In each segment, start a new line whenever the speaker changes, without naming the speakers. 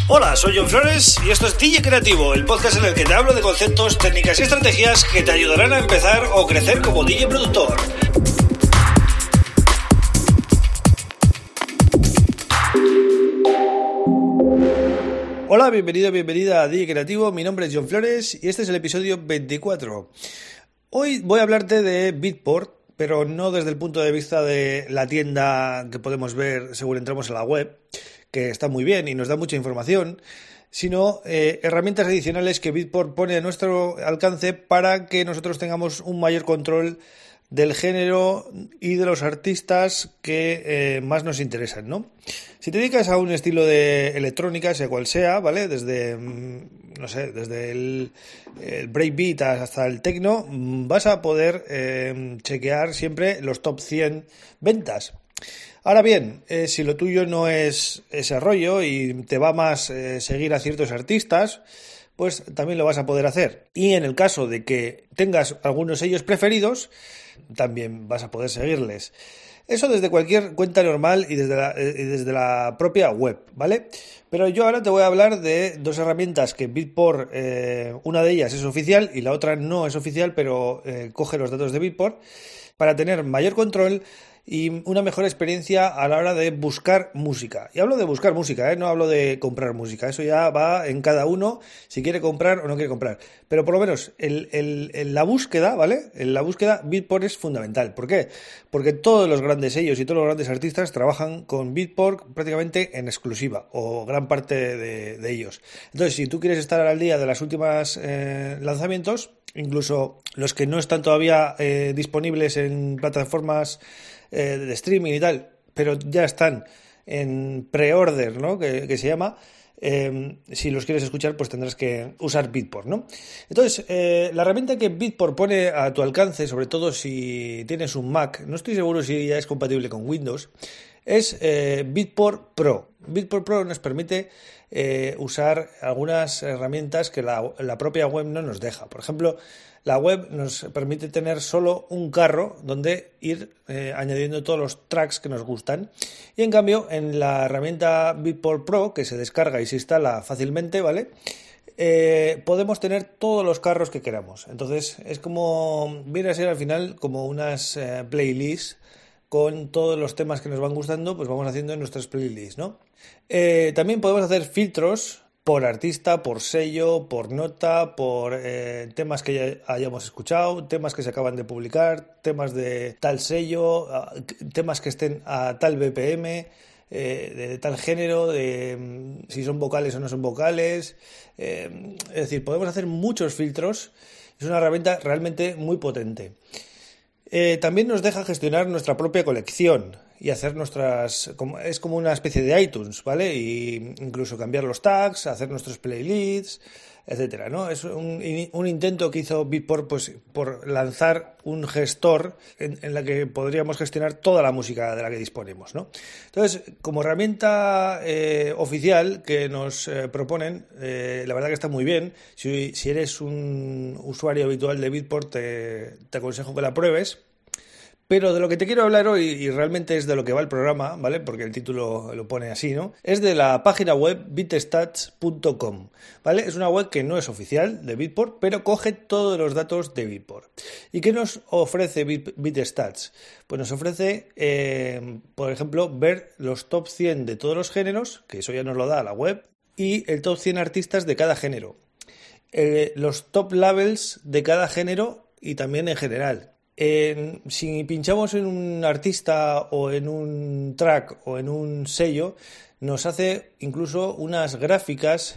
Hola, soy John Flores y esto es DJ Creativo, el podcast en el que te hablo de conceptos, técnicas y estrategias que te ayudarán a empezar o crecer como DJ productor. Hola, bienvenida a DJ Creativo, mi nombre es John Flores y este es el episodio 24. Hoy voy a hablarte de Beatport, pero no desde el punto de vista de la tienda que podemos ver según entramos en la web, que está muy bien y nos da mucha información, sino herramientas adicionales que Beatport pone a nuestro alcance para que nosotros tengamos un mayor control del género y de los artistas que más nos interesan, ¿no? Si te dedicas a un estilo de electrónica, sea cual sea, ¿vale? Desde el breakbeat hasta el techno, vas a poder chequear siempre los top 100 ventas. Ahora bien, si lo tuyo no es ese rollo y te va más seguir a ciertos artistas, pues también lo vas a poder hacer. Y en el caso de que tengas algunos sellos preferidos, también vas a poder seguirles. Eso desde cualquier cuenta normal y desde la propia web, ¿vale? Pero yo ahora te voy a hablar de dos herramientas que Beatport, una de ellas es oficial y la otra no es oficial, pero coge los datos de Beatport para tener mayor control y una mejor experiencia a la hora de buscar música. Y hablo de buscar música, no hablo de comprar música. Eso ya va en cada uno si quiere comprar o no quiere comprar. Pero por lo menos en la búsqueda, ¿vale? En la búsqueda Beatport es fundamental. ¿Por qué? Porque todos los grandes sellos y todos los grandes artistas trabajan con Beatport prácticamente en exclusiva, o gran parte de ellos. Entonces, si tú quieres estar al día de las últimas lanzamientos, incluso los que no están todavía disponibles en plataformas de streaming y tal, pero ya están en pre-order, ¿no? que se llama. Si los quieres escuchar, pues tendrás que usar Beatport, ¿no? Entonces, la herramienta que Beatport pone a tu alcance, sobre todo si tienes un Mac, no estoy seguro si ya es compatible con Windows, es Beatport Pro. Beatport Pro nos permite usar algunas herramientas que la propia web no nos deja. Por ejemplo, la web nos permite tener solo un carro donde ir añadiendo todos los tracks que nos gustan. Y en cambio, en la herramienta Beatport Pro, que se descarga y se instala fácilmente, ¿vale? Podemos tener todos los carros que queramos. Entonces, es como, viene a ser al final como unas playlists con todos los temas que nos van gustando, pues vamos haciendo en nuestras playlists, ¿no? También podemos hacer filtros por artista, por sello, por nota, por temas que ya hayamos escuchado, temas que se acaban de publicar, temas de tal sello, temas que estén a tal BPM, de tal género, de si son vocales o no son vocales. Es decir, podemos hacer muchos filtros. Es una herramienta realmente muy potente. También nos deja gestionar nuestra propia colección y hacer es como una especie de iTunes, ¿vale? Y incluso cambiar los tags, hacer nuestros playlists, etcétera, ¿no? Es un intento que hizo Beatport, pues, por lanzar un gestor en la que podríamos gestionar toda la música de la que disponemos, ¿no? Entonces, como herramienta oficial que nos proponen, la verdad que está muy bien. Si eres un usuario habitual de Beatport, te aconsejo que la pruebes. Pero de lo que te quiero hablar hoy, y realmente es de lo que va el programa, ¿vale? Porque el título lo pone así, ¿no? Es de la página web beatstats.com, ¿vale? Es una web que no es oficial de Beatport, pero coge todos los datos de Beatport. ¿Y qué nos ofrece Beatstats? Pues nos ofrece, por ejemplo, ver los top 100 de todos los géneros, que eso ya nos lo da la web, y el top 100 artistas de cada género. Los top labels de cada género y también en general. Si pinchamos en un artista o en un track o en un sello, nos hace incluso unas gráficas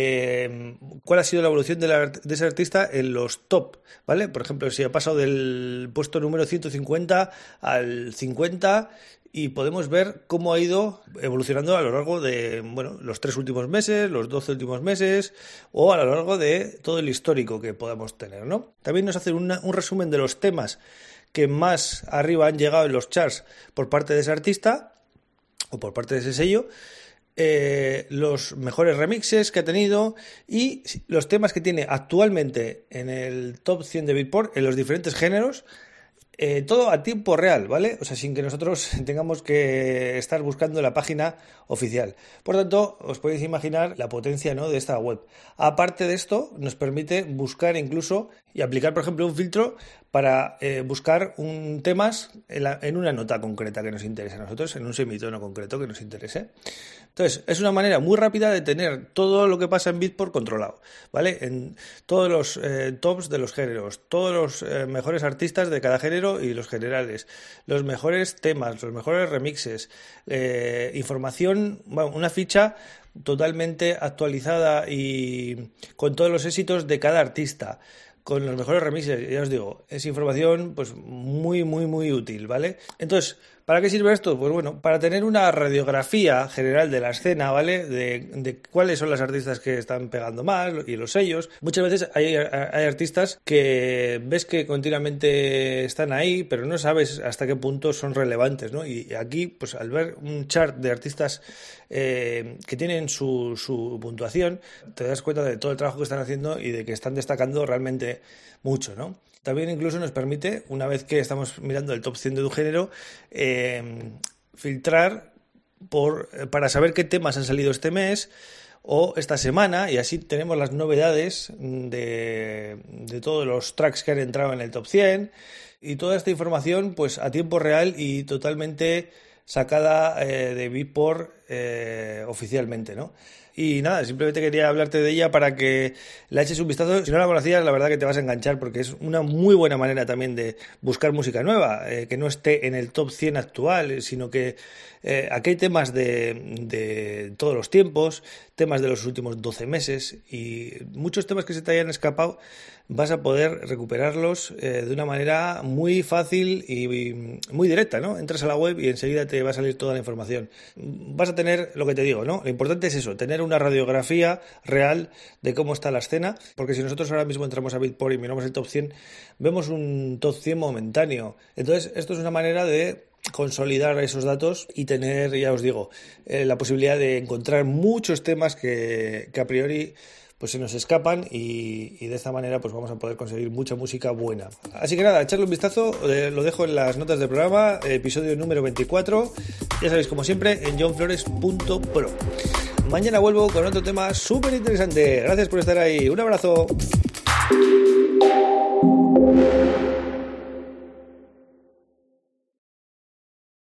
de cuál ha sido la evolución de ese artista en los top, ¿vale? Por ejemplo, si ha pasado del puesto número 150 al 50 y podemos ver cómo ha ido evolucionando a lo largo de, los 3 últimos meses, los 12 últimos meses o a lo largo de todo el histórico que podamos tener, ¿no? También nos hace un resumen de los temas que más arriba han llegado en los charts por parte de ese artista o por parte de ese sello, los mejores remixes que ha tenido y los temas que tiene actualmente en el top 100 de Beatport en los diferentes géneros todo a tiempo real, ¿vale? O sea, sin que nosotros tengamos que estar buscando la página oficial. Por tanto, os podéis imaginar la potencia, ¿no?, de esta web. Aparte de esto, nos permite buscar incluso y aplicar, por ejemplo, un filtro para buscar temas en una nota concreta que nos interese a nosotros, en un semitono concreto que nos interese. Entonces, es una manera muy rápida de tener todo lo que pasa en Beatport controlado, ¿vale? En todos los tops de los géneros, todos los mejores artistas de cada género y los generales, los mejores temas, los mejores remixes, información, bueno, una ficha totalmente actualizada y con todos los éxitos de cada artista, con los mejores remixes. Ya os digo, es información pues muy, muy, muy útil, ¿vale? Entonces, ¿para qué sirve esto? Pues bueno, para tener una radiografía general de la escena, ¿vale? De cuáles son las artistas que están pegando más y los sellos. Muchas veces hay artistas que ves que continuamente están ahí, pero no sabes hasta qué punto son relevantes, ¿no? Y aquí, pues al ver un chart de artistas que tienen su puntuación, te das cuenta de todo el trabajo que están haciendo y de que están destacando realmente mucho, ¿no? También incluso nos permite, una vez que estamos mirando el top 100 de un género, filtrar para saber qué temas han salido este mes o esta semana, y así tenemos las novedades de todos los tracks que han entrado en el top 100 y toda esta información pues a tiempo real y totalmente sacada de Beatport oficialmente, ¿no? Y nada, simplemente quería hablarte de ella para que la eches un vistazo. Si no la conocías, la verdad que te vas a enganchar porque es una muy buena manera también de buscar música nueva, que no esté en el top 100 actual, sino que aquí hay temas de todos los tiempos, temas de los últimos 12 meses y muchos temas que se te hayan escapado vas a poder recuperarlos de una manera muy fácil y muy directa, ¿no? Entras a la web y enseguida te va a salir toda la información. Vas a tener lo que te digo, ¿no? Lo importante es eso, tener una radiografía real de cómo está la escena, porque si nosotros ahora mismo entramos a Beatport y miramos el top 100, vemos un top 100 momentáneo. Entonces, esto es una manera de consolidar esos datos y tener, ya os digo, la posibilidad de encontrar muchos temas que a priori pues se nos escapan y de esta manera pues vamos a poder conseguir mucha música buena. Así que nada, echarle un vistazo, lo dejo en las notas del programa, episodio número 24, ya sabéis, como siempre, en johnflores.pro. Mañana vuelvo con otro tema súper interesante. Gracias por estar ahí, un abrazo.